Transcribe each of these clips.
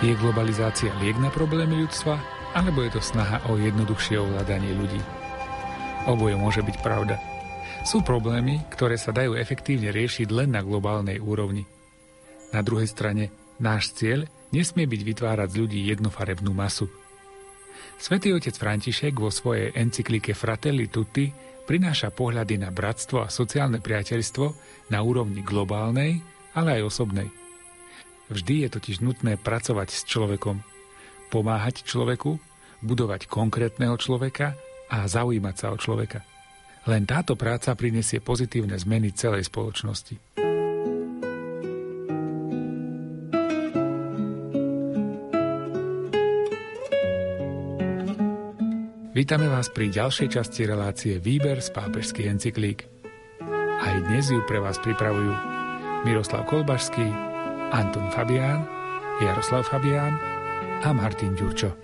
Je globalizácia liek na problémy ľudstva, alebo je to snaha o jednoduchšie ovládanie ľudí? Oboje môže byť pravda. Sú problémy, ktoré sa dajú efektívne riešiť len na globálnej úrovni. Na druhej strane, náš cieľ nesmie byť vytvárať z ľudí jednofarebnú masu. Svätý otec František vo svojej encyklike Fratelli Tutti prináša pohľady na bratstvo a sociálne priateľstvo na úrovni globálnej, ale aj osobnej. Vždy je totiž nutné pracovať s človekom, pomáhať človeku, budovať konkrétneho človeka a zaujímať sa o človeka. Len táto práca prinesie pozitívne zmeny celej spoločnosti. Vítame vás pri ďalšej časti relácie Výber z pápežských encyklík. Aj dnes ju pre vás pripravujú Miroslav Kolbašský, Anton Fabián, Jaroslav Fabián a Martin Ďurčo.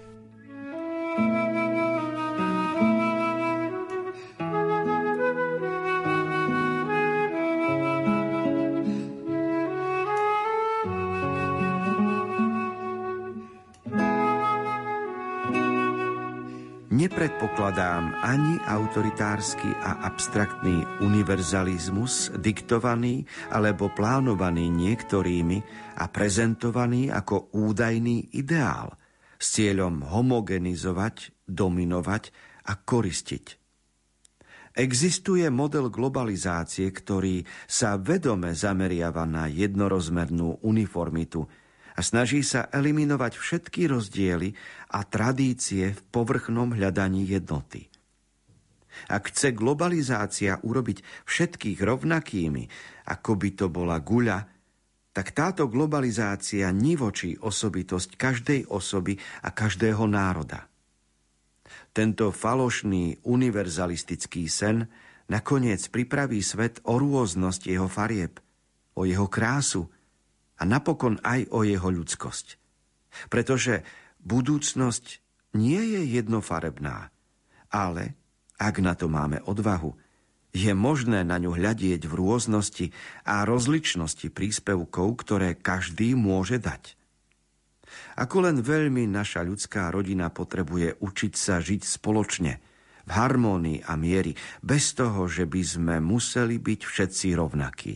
Nepredpokladám ani autoritársky a abstraktný univerzalizmus, diktovaný alebo plánovaný niektorými a prezentovaný ako údajný ideál s cieľom homogenizovať, dominovať a koristiť. Existuje model globalizácie, ktorý sa vedome zameriava na jednorozmernú uniformitu a snaží sa eliminovať všetky rozdiely a tradície v povrchnom hľadaní jednoty. Ak chce globalizácia urobiť všetkých rovnakými, ako by to bola guľa, tak táto globalizácia nivočí osobitosť každej osoby a každého národa. Tento falošný univerzalistický sen nakoniec pripraví svet o rôznosť jeho farieb, o jeho krásu, a napokon aj o jeho ľudskosť. Pretože budúcnosť nie je jednofarebná, ale, ak na to máme odvahu, je možné na ňu hľadieť v rôznosti a rozličnosti príspevkov, ktoré každý môže dať. Ako len veľmi naša ľudská rodina potrebuje učiť sa žiť spoločne, v harmónii a mieri, bez toho, že by sme museli byť všetci rovnakí.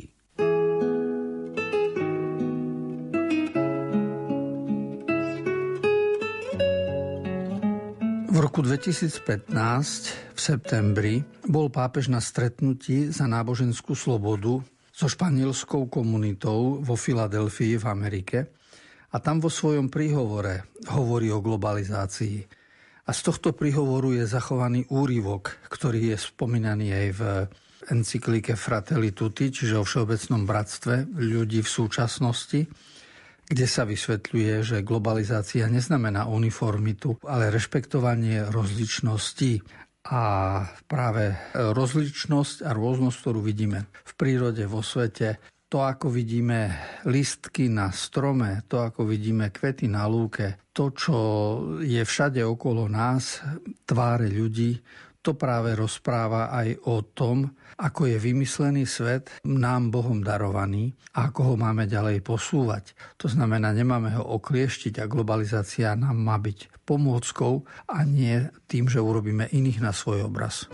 V roku 2015 v septembri bol pápež na stretnutí za náboženskú slobodu so španielskou komunitou vo Filadelfii v Amerike a tam vo svojom príhovore hovorí o globalizácii. A z tohto príhovoru je zachovaný úryvok, ktorý je spomínaný aj v encyklike Fratelli Tutti, čiže o všeobecnom bratstve ľudí v súčasnosti, kde sa vysvetľuje, že globalizácia neznamená uniformitu, ale rešpektovanie rozličností. A práve rozličnosť a rôznosť, ktorú vidíme v prírode, vo svete, to, ako vidíme listky na strome, to, ako vidíme kvety na lúke, to, čo je všade okolo nás, tváre ľudí, to práve rozpráva aj o tom, ako je vymyslený svet nám Bohom darovaný a ako ho máme ďalej posúvať. To znamená, nemáme ho oklieštiť a globalizácia nám má byť pomôckou a nie tým, že urobíme iných na svoj obraz.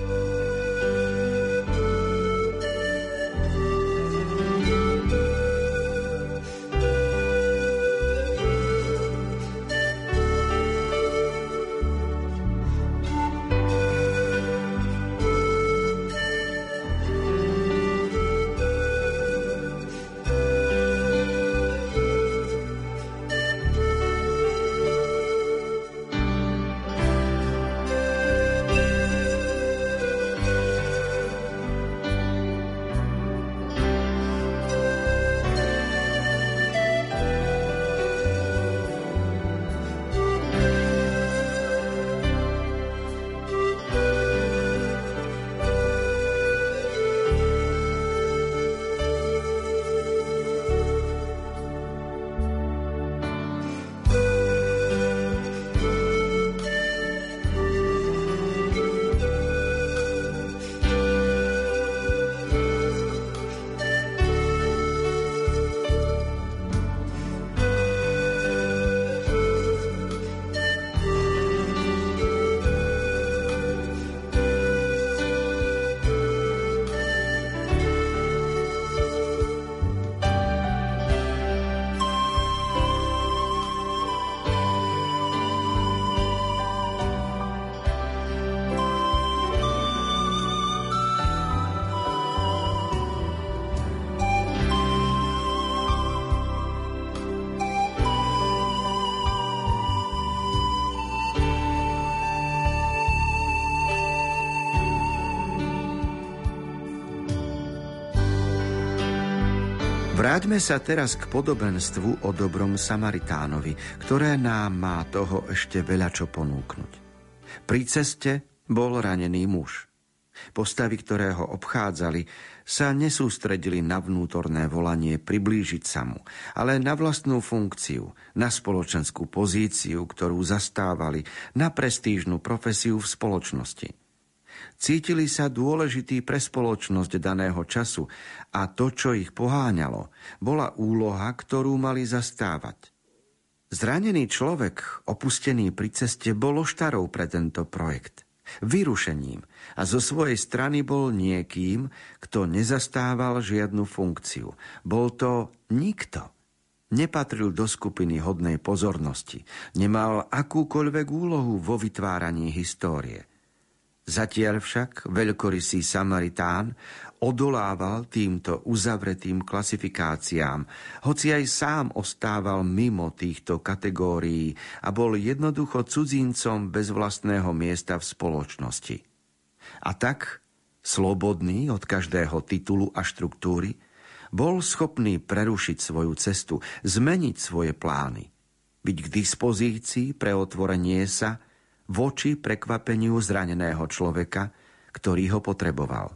Vráťme sa teraz k podobenstvu o dobrom Samaritánovi, ktoré nám má toho ešte veľa čo ponúknuť. Pri ceste bol ranený muž. Postavy, ktoré ho obchádzali, sa nesústredili na vnútorné volanie priblížiť sa mu, ale na vlastnú funkciu, na spoločenskú pozíciu, ktorú zastávali, na prestížnu profesiu v spoločnosti. Cítili sa dôležití pre spoločnosť daného času a to, čo ich poháňalo, bola úloha, ktorú mali zastávať. Zranený človek, opustený pri ceste, bol oštarou pre tento projekt, vyrušením a zo svojej strany bol niekým, kto nezastával žiadnu funkciu. Bol to nikto. Nepatril do skupiny hodnej pozornosti, nemal akúkoľvek úlohu vo vytváraní histórie. Zatiaľ však veľkorysý Samaritán odolával týmto uzavretým klasifikáciám, hoci aj sám ostával mimo týchto kategórií a bol jednoducho cudzincom bez vlastného miesta v spoločnosti. A tak, slobodný od každého titulu a štruktúry, bol schopný prerušiť svoju cestu, zmeniť svoje plány, byť k dispozícii pre otvorenie sa voči prekvapeniu zraneného človeka, ktorý ho potreboval.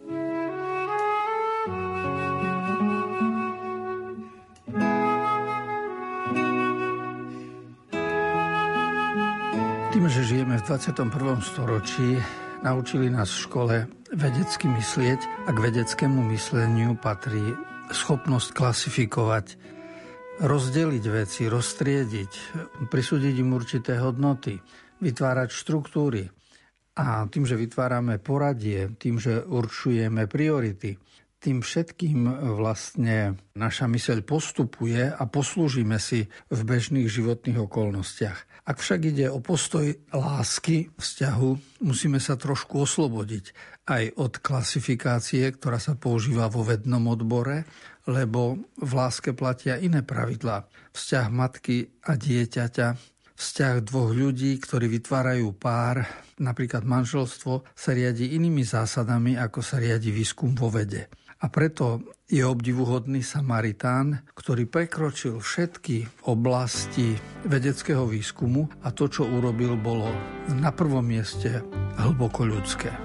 Tým, že žijeme v 21. storočí, naučili nás v škole vedecky myslieť a k vedeckému mysleniu patrí schopnosť klasifikovať, rozdeliť veci, roztriediť, prisúdiť im určité hodnoty, vytvárať štruktúry. A tým, že vytvárame poradie, tým, že určujeme priority, tým všetkým vlastne naša myseľ postupuje a poslúžime si v bežných životných okolnostiach. Ak však ide o postoj lásky, vzťahu, musíme sa trošku oslobodiť aj od klasifikácie, ktorá sa používa vo vednom odbore, lebo v láske platia iné pravidlá. Vzťah matky a dieťaťa, vzťah dvoch ľudí, ktorí vytvárajú pár, napríklad manželstvo, sa riadi inými zásadami, ako sa riadi výskum vo vede. A preto je obdivuhodný Samaritán, ktorý prekročil všetky oblasti vedeckého výskumu a to, čo urobil, bolo na prvom mieste hlboko ľudské.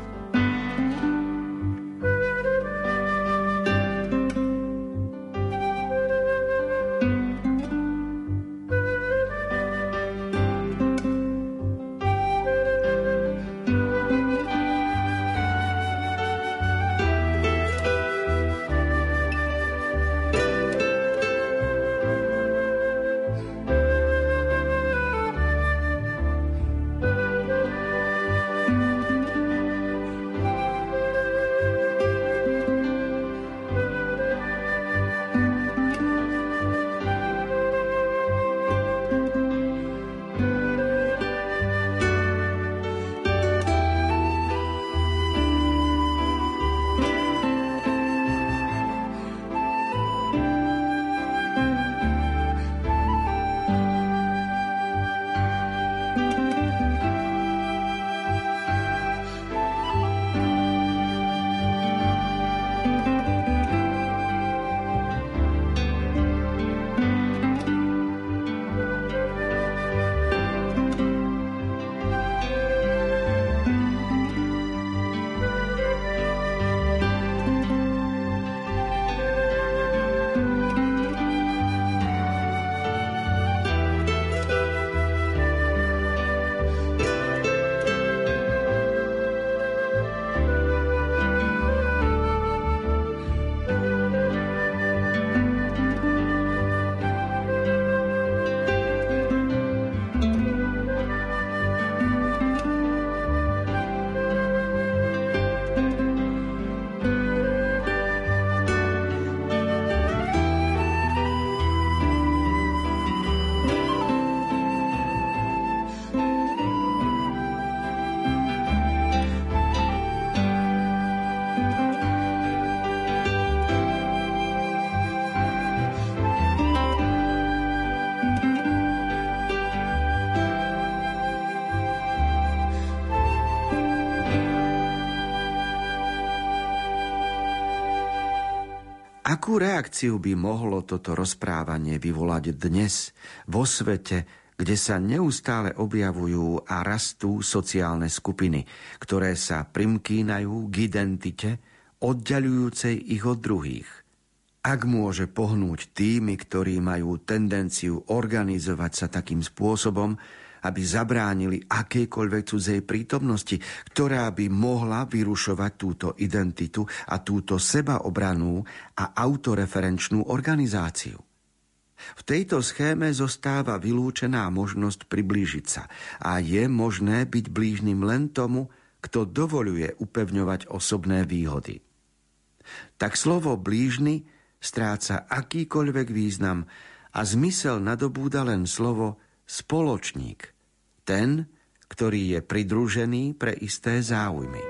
Akú reakciu by mohlo toto rozprávanie vyvolať dnes vo svete, kde sa neustále objavujú a rastú sociálne skupiny, ktoré sa primkýnajú k identite, oddaľujúcej ich od druhých? Ak môže pohnúť tými, ktorí majú tendenciu organizovať sa takým spôsobom, aby zabránili akejkoľvek cudzej prítomnosti, ktorá by mohla vyrušovať túto identitu a túto sebaobranú a autoreferenčnú organizáciu. V tejto schéme zostáva vylúčená možnosť priblížiť sa a je možné byť blížnym len tomu, kto dovoľuje upevňovať osobné výhody. Tak slovo blížny stráca akýkoľvek význam a zmysel nadobúda len slovo spoločník, ten, ktorý je pridružený pre isté záujmy.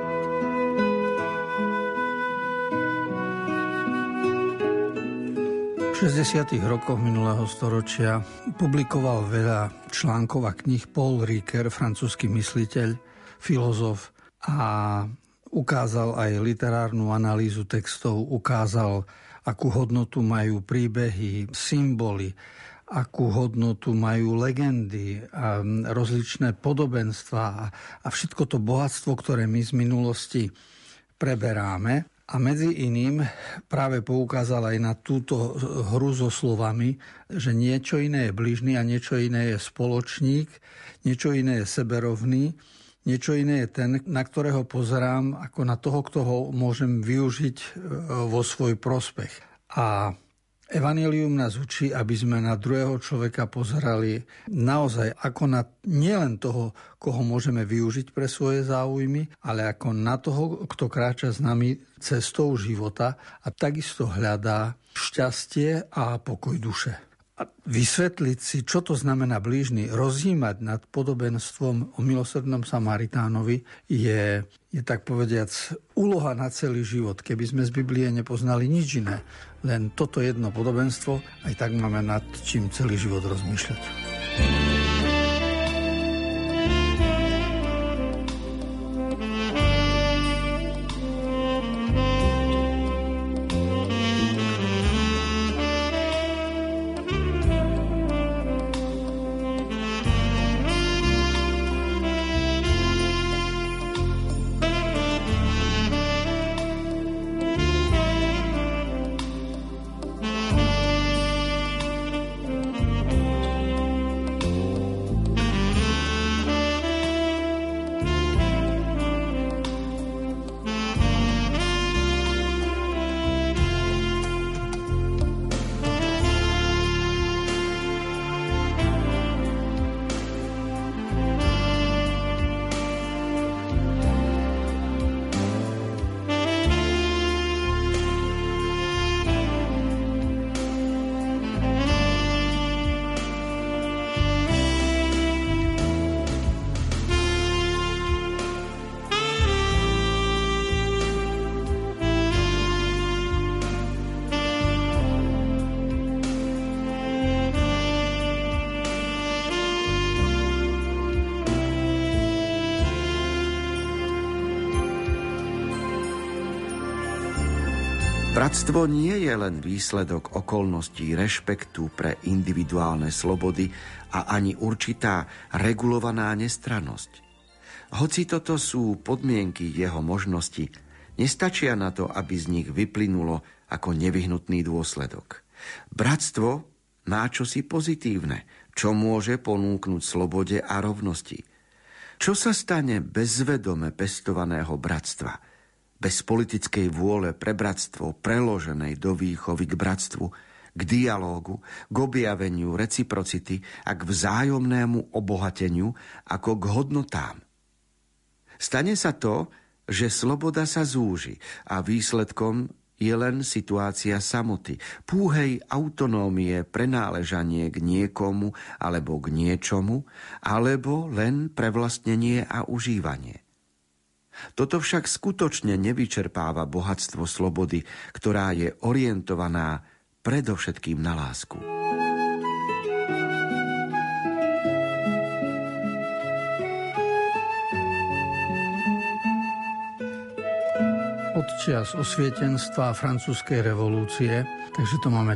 V 60. rokoch minulého storočia publikoval veľa článkov a kníh Paul Ricoeur, francúzsky mysliteľ, filozof, a ukázal aj literárnu analýzu textov, ukázal, akú hodnotu majú príbehy, symboly, akú hodnotu majú legendy a rozličné podobenstvá a všetko to bohatstvo, ktoré my z minulosti preberáme. A medzi iným práve poukázal aj na túto hru so slovami, že niečo iné je blížny a niečo iné je spoločník, niečo iné je seberovný, niečo iné je ten, na ktorého pozerám ako na toho, kto ho môžem využiť vo svoj prospech. A Evanjelium nás učí, aby sme na druhého človeka pozerali naozaj ako na nielen toho, koho môžeme využiť pre svoje záujmy, ale ako na toho, kto kráča s nami cestou života a takisto hľadá šťastie a pokoj duše. A vysvetliť si, čo to znamená blížny, rozjímať nad podobenstvom o milosrdnom Samaritánovi je tak povediac úloha na celý život. Keby sme z Biblie nepoznali nič iné, len toto jedno podobenstvo, aj tak máme nad čím celý život rozmýšľať. Bratstvo nie je len výsledok okolností rešpektu pre individuálne slobody a ani určitá regulovaná nestrannosť. Hoci toto sú podmienky jeho možnosti, nestačia na to, aby z nich vyplynulo ako nevyhnutný dôsledok. Bratstvo má čosi pozitívne, čo môže ponúknuť slobode a rovnosti. Čo sa stane bez vedome pestovaného bratstva, bez politickej vôle pre bratstvo preloženej do výchovy k bratstvu, k dialógu, k objaveniu reciprocity a k vzájomnému obohateniu ako k hodnotám? Stane sa to, že sloboda sa zúži a výsledkom je len situácia samoty, púhej autonómie, prenáležanie k niekomu alebo k niečomu, alebo len prevlastnenie a užívanie. Toto však skutočne nevyčerpáva bohatstvo slobody, ktorá je orientovaná predovšetkým na lásku. podčias osvietenstva a francúzskej revolúcie, takže to máme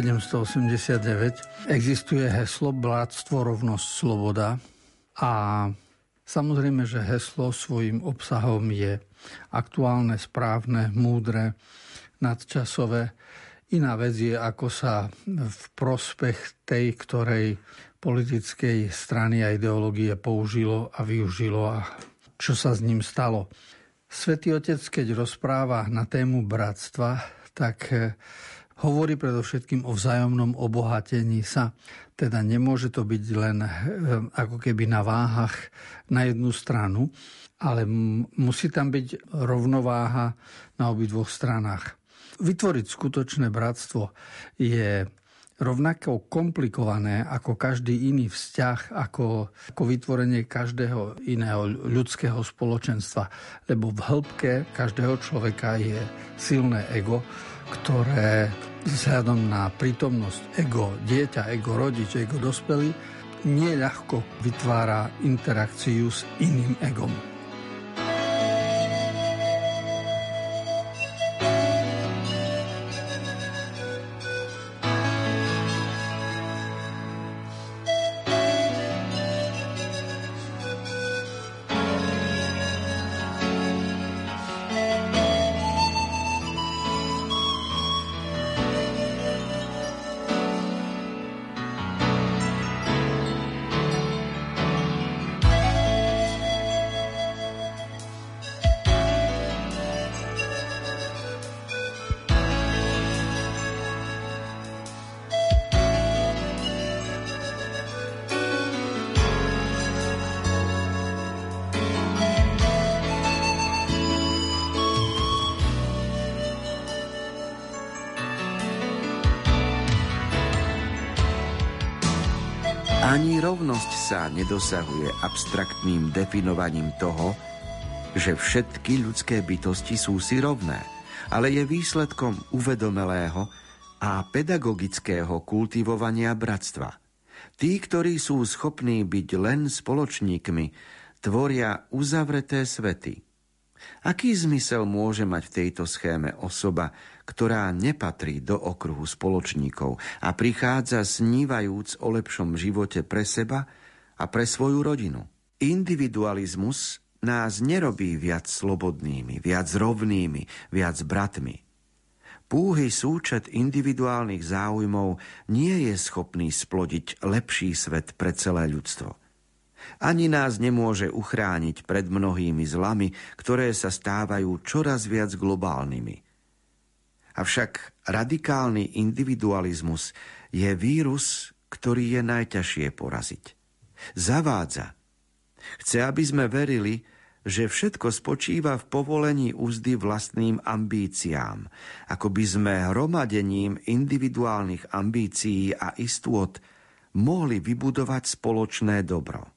1789, existuje heslo Bratstvo, rovnosť, sloboda. A samozrejme, že heslo svojím obsahom je aktuálne, správne, múdre, nadčasové. Iná vec je, ako sa v prospech tej, ktorej politickej strany a ideológie použilo a využilo a čo sa s ním stalo. Svätý Otec, keď rozpráva na tému bratstva, tak hovorí predovšetkým o vzájomnom obohatení sa. Teda nemôže to byť len ako keby na váhach na jednu stranu, ale musí tam byť rovnováha na obidvoch stranách. Vytvoriť skutočné bratstvo je rovnako komplikované ako každý iný vzťah, ako vytvorenie každého iného ľudského spoločenstva. Lebo v hĺbke každého človeka je silné ego, ktoré vzhľadom na prítomnosť ego dieťa, ego rodič, ego dospelý, neľahko vytvára interakciu s iným egom. Ani rovnosť sa nedosahuje abstraktným definovaním toho, že všetky ľudské bytosti sú si rovné, ale je výsledkom uvedomelého a pedagogického kultivovania bratstva. Tí, ktorí sú schopní byť len spoločníkmi, tvoria uzavreté svety. Aký zmysel môže mať v tejto schéme osoba, ktorá nepatrí do okruhu spoločníkov a prichádza snívajúc o lepšom živote pre seba a pre svoju rodinu? Individualizmus nás nerobí viac slobodnými, viac rovnými, viac bratmi. Púhy súčet individuálnych záujmov nie je schopný splodiť lepší svet pre celé ľudstvo. Ani nás nemôže uchrániť pred mnohými zlami, ktoré sa stávajú čoraz viac globálnymi. Avšak radikálny individualizmus je vírus, ktorý je najťažšie poraziť. Zavádza. Chce, aby sme verili, že všetko spočíva v povolení úzdy vlastným ambíciám, ako by sme hromadením individuálnych ambícií a istôt mohli vybudovať spoločné dobro.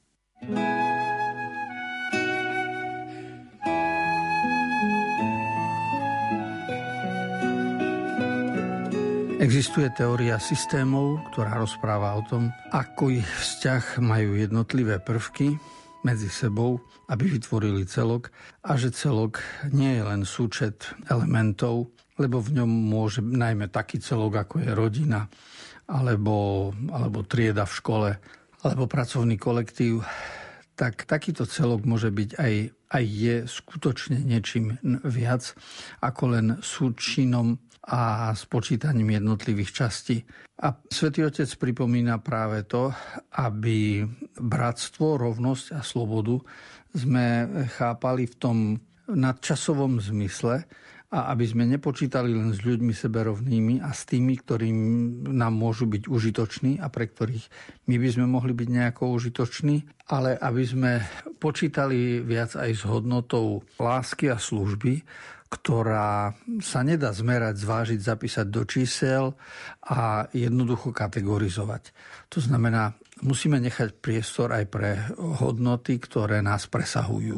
Existuje teória systémov, ktorá rozpráva o tom, ako ich vzťah majú jednotlivé prvky medzi sebou, aby vytvorili celok, a že celok nie je len súčet elementov, lebo v ňom môže najmä taký celok, ako je rodina, alebo trieda v škole, alebo pracovný kolektív. Tak takýto celok môže byť aj je skutočne niečím viac ako len súčinom a spočítaním jednotlivých častí. A Svätý Otec pripomína práve to, aby bratstvo, rovnosť a slobodu sme chápali v tom nadčasovom zmysle a aby sme nepočítali len s ľuďmi seberovnými a s tými, ktorým nám môžu byť užitoční a pre ktorých my by sme mohli byť nejako užitoční, ale aby sme počítali viac aj s hodnotou lásky a služby, ktorá sa nedá zmerať, zvážiť, zapísať do čísel a jednoducho kategorizovať. To znamená, musíme nechať priestor aj pre hodnoty, ktoré nás presahujú.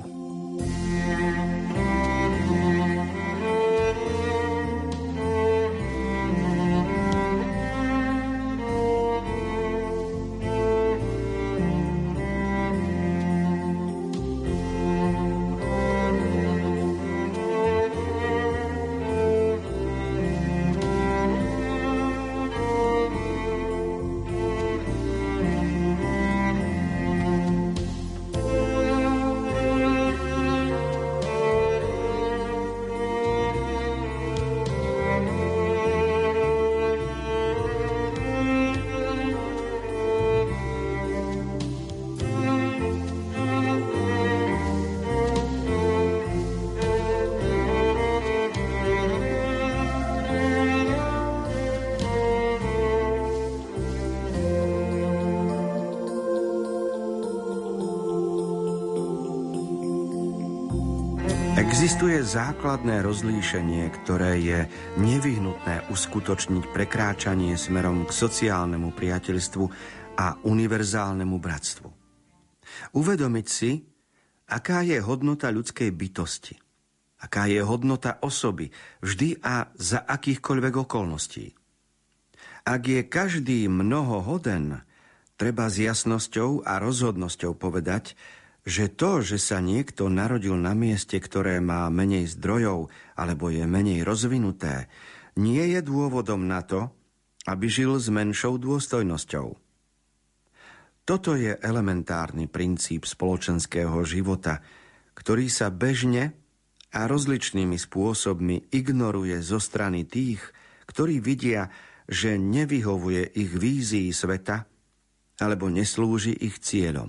Existuje základné rozlíšenie, ktoré je nevyhnutné uskutočniť prekráčanie smerom k sociálnemu priateľstvu a univerzálnemu bratstvu. Uvedomiť si, aká je hodnota ľudskej bytosti, aká je hodnota osoby vždy a za akýchkoľvek okolností. Ak je každý mnohohoden, treba s jasnosťou a rozhodnosťou povedať, že to, že sa niekto narodil na mieste, ktoré má menej zdrojov alebo je menej rozvinuté, nie je dôvodom na to, aby žil s menšou dôstojnosťou. Toto je elementárny princíp spoločenského života, ktorý sa bežne a rozličnými spôsobmi ignoruje zo strany tých, ktorí vidia, že nevyhovuje ich vízii sveta alebo neslúži ich cieľom.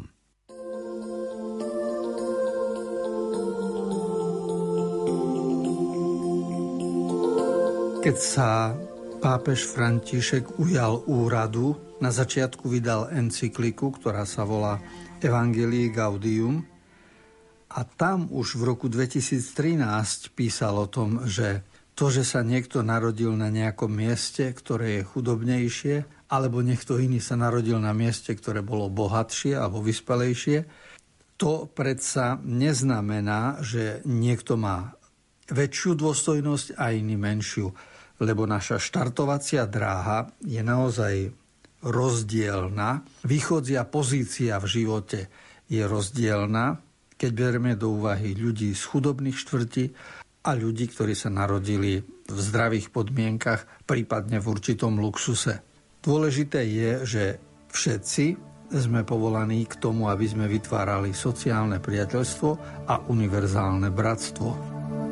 Keď sa pápež František ujal úradu, na začiatku vydal encykliku, ktorá sa volá Evangelii Gaudium, a tam už v roku 2013 písal o tom, že to, že sa niekto narodil na nejakom mieste, ktoré je chudobnejšie, alebo niekto iný sa narodil na mieste, ktoré bolo bohatšie alebo vyspelejšie, to predsa neznamená, že niekto má väčšiu dôstojnosť a iný menšiu, lebo naša štartovacia dráha je naozaj rozdielna. Východzia pozícia v živote je rozdielna, keď berieme do úvahy ľudí z chudobných štvrtí a ľudí, ktorí sa narodili v zdravých podmienkach, prípadne v určitom luxuse. Dôležité je, že všetci sme povolaní k tomu, aby sme vytvárali sociálne priateľstvo a univerzálne bratstvo.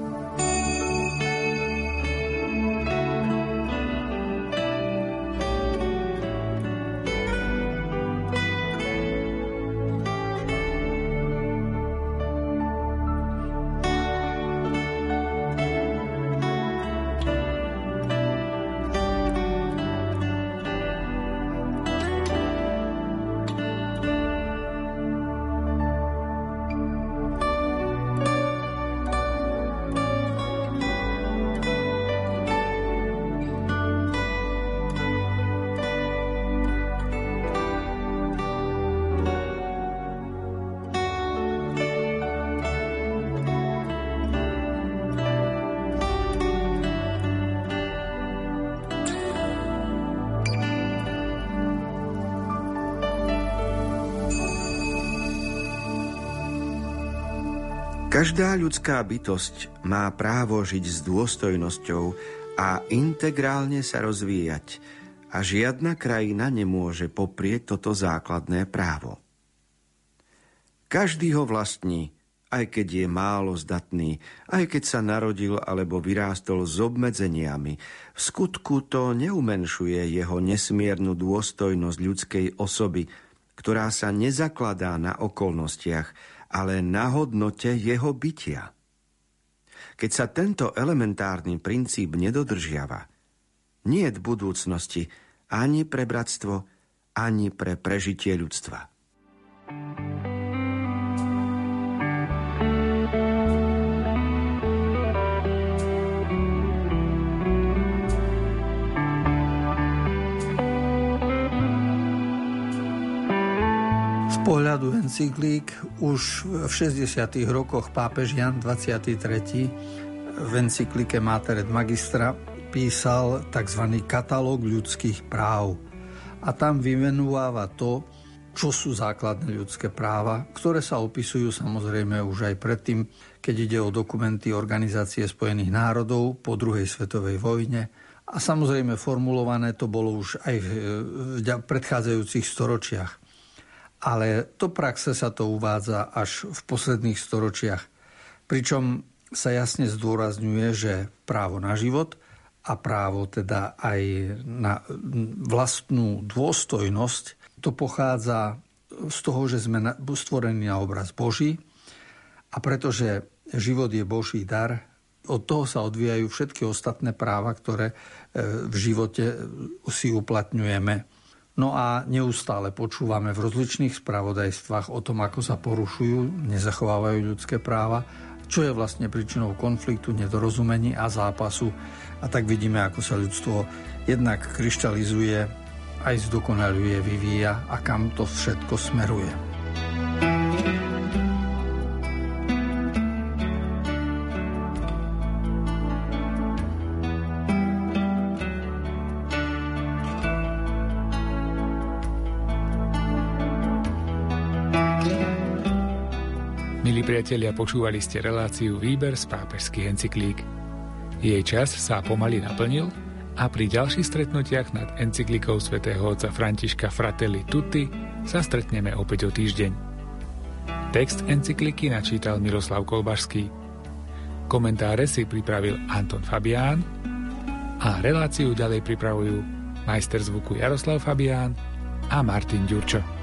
Každá ľudská bytosť má právo žiť s dôstojnosťou a integrálne sa rozvíjať a žiadna krajina nemôže poprieť toto základné právo. Každý ho vlastní, aj keď je málo zdatný, aj keď sa narodil alebo vyrástol s obmedzeniami. V skutku to neumenšuje jeho nesmiernu dôstojnosť ľudskej osoby, ktorá sa nezakladá na okolnostiach, ale na hodnote jeho bytia. Keď sa tento elementárny princíp nedodržiava, niet budúcnosti ani pre bratstvo, ani pre prežitie ľudstva. Z pohľadu encyklík už v 60. rokoch pápež Jan 23. v encyklike Mater et Magistra písal tzv. Katalóg ľudských práv. A tam vymenúva to, čo sú základné ľudské práva, ktoré sa opisujú samozrejme už aj predtým, keď ide o dokumenty Organizácie spojených národov po druhej svetovej vojne. A samozrejme formulované to bolo už aj v predchádzajúcich storočiach. Ale do praxe sa to uvádza až v posledných storočiach. Pričom sa jasne zdôrazňuje, že právo na život a právo teda aj na vlastnú dôstojnosť, to pochádza z toho, že sme stvorení na obraz Boží a pretože život je Boží dar, od toho sa odvíjajú všetky ostatné práva, ktoré v živote si uplatňujeme. No a neustále počúvame v rozličných spravodajstvách o tom, ako sa porušujú, nezachovávajú ľudské práva. čo je vlastne príčinou konfliktu, nedorozumení a zápasu. A tak vidíme, ako sa ľudstvo jednak kryštalizuje, aj zdokonaľuje, vyvíja a kam to všetko smeruje. Milí priatelia, počúvali ste reláciu Výber z pápežských encyklík. Jej čas sa pomaly naplnil a pri ďalších stretnutiach nad encyklikou svätého otca Františka Fratelli Tutti sa stretneme opäť o týždeň. Text encykliky načítal Miroslav Kolbašský. Komentáre si pripravil Anton Fabián a reláciu ďalej pripravujú majster zvuku Jaroslav Fabián a Martin Ďurčo.